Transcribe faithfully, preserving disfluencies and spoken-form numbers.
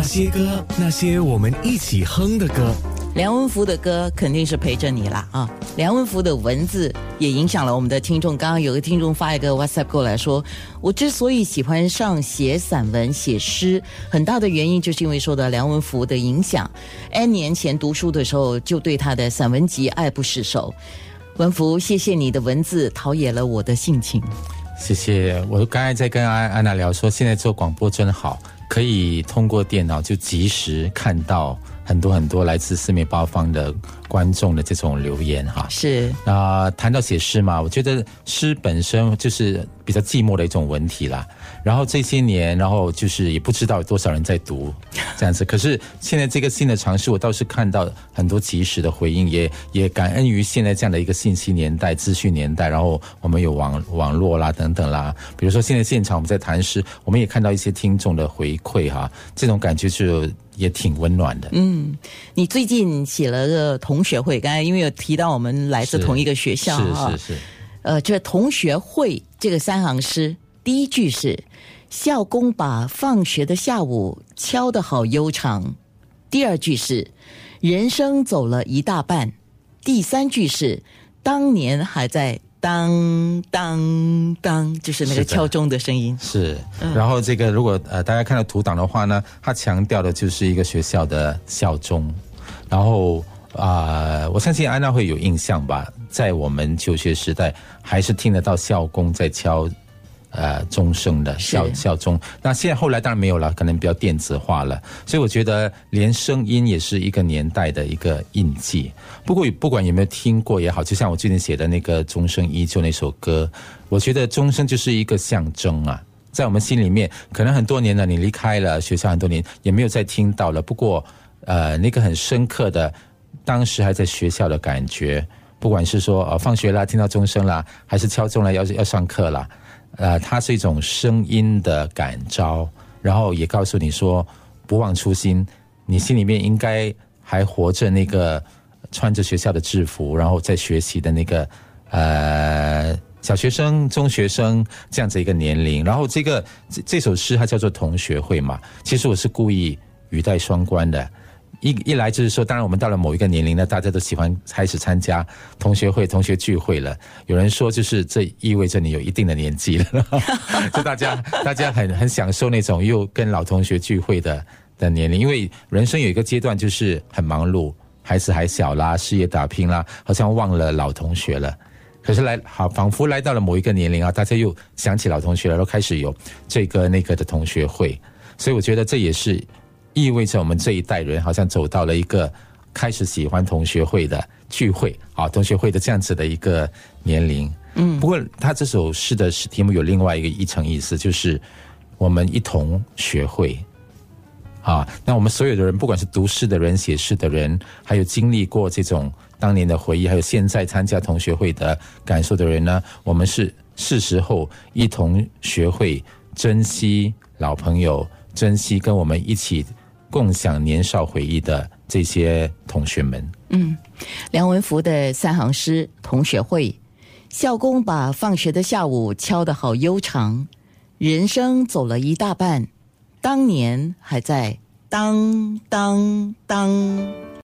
些歌，那些我们一起哼的歌。 梁文福的歌肯定是陪着你啦啊！梁文福的文字也影响了我们的听众。刚刚有个听众发一个 WhatsApp 过来说，我之所以喜欢上写散文写诗，很大的原因就是因为受到梁文福的影响。N 年前读书的时候就对他的散文集爱不释手。文福，谢谢你的文字陶冶了我的性情。 谢谢。我刚才在跟安安娜聊说，现在做广播真好，可以通过电脑就及时看到很多很多来自四面八方的观众的这种留言哈。 是那、呃、谈到写诗嘛，我觉得诗本身就是比较寂寞的一种文体啦。然后这些年，然后就是也不知道有多少人在读这样子。可是现在这个新的尝试，我倒是看到很多及时的回应，也也感恩于现在这样的一个信息年代、资讯年代。然后我们有网网络啦等等啦，比如说现在现场我们在谈诗，我们也看到一些听众的回馈哈，这种感觉就也挺温暖的。 嗯，你最近写了个同学会，刚才因为有提到我们来自同一个学校啊， 是是是。 呃，这同学会这个三行诗，第一句是校工把放学的下午敲得好悠长，第二句是人生走了一大半，第三句是当年还在当当当，就是那个敲钟的声音。 是，然后这个如果呃大家看到图档的话呢，它强调的就是一个学校的校钟。然后啊、呃，我相信安娜会有印象吧，在我们求学时代，还是听得到校工在敲呃钟声的校校钟。那现在后来当然没有了，可能比较电子化了。所以我觉得连声音也是一个年代的一个印记。不过不管有没有听过也好，就像我最近写的那个《钟声依旧》那首歌，我觉得钟声就是一个象征啊，在我们心里面，可能很多年了，你离开了学校很多年，也没有再听到了。不过呃，那个很深刻的当时还在学校的感觉，不管是说呃放学啦，听到钟声啦，还是敲钟了要要上课啦，呃，它是一种声音的感召，然后也告诉你说不忘初心，你心里面应该还活着那个穿着学校的制服，然后在学习的那个呃小学生、中学生这样子一个年龄。然后这个 这, 这首诗它叫做同学会嘛，其实我是故意语带双关的。一一来就是说，当然我们到了某一个年龄呢，大家都喜欢开始参加同学会、同学聚会了。有人说，就是这意味着你有一定的年纪了，就大家大家很很享受那种又跟老同学聚会的的年龄。因为人生有一个阶段就是很忙碌，孩子还小啦，事业打拼啦，好像忘了老同学了。可是来好，仿佛来到了某一个年龄啊，大家又想起老同学了，都开始有这个那个的同学会。所以我觉得这也是意味着我们这一代人好像走到了一个开始喜欢同学会的聚会啊，同学会的这样子的一个年龄。嗯，不过他这首诗的题目有另外一个一层意思，就是我们一同学会啊。那我们所有的人，不管是读诗的人、写诗的人，还有经历过这种当年的回忆，还有现在参加同学会的感受的人呢，我们是是时候一同学会珍惜老朋友，珍惜跟我们一起共享年少回忆的这些同学们。 嗯，梁文福的三行诗《同学会》，校工把放学的下午敲得好悠长，人生走了一大半，当年还在当当当。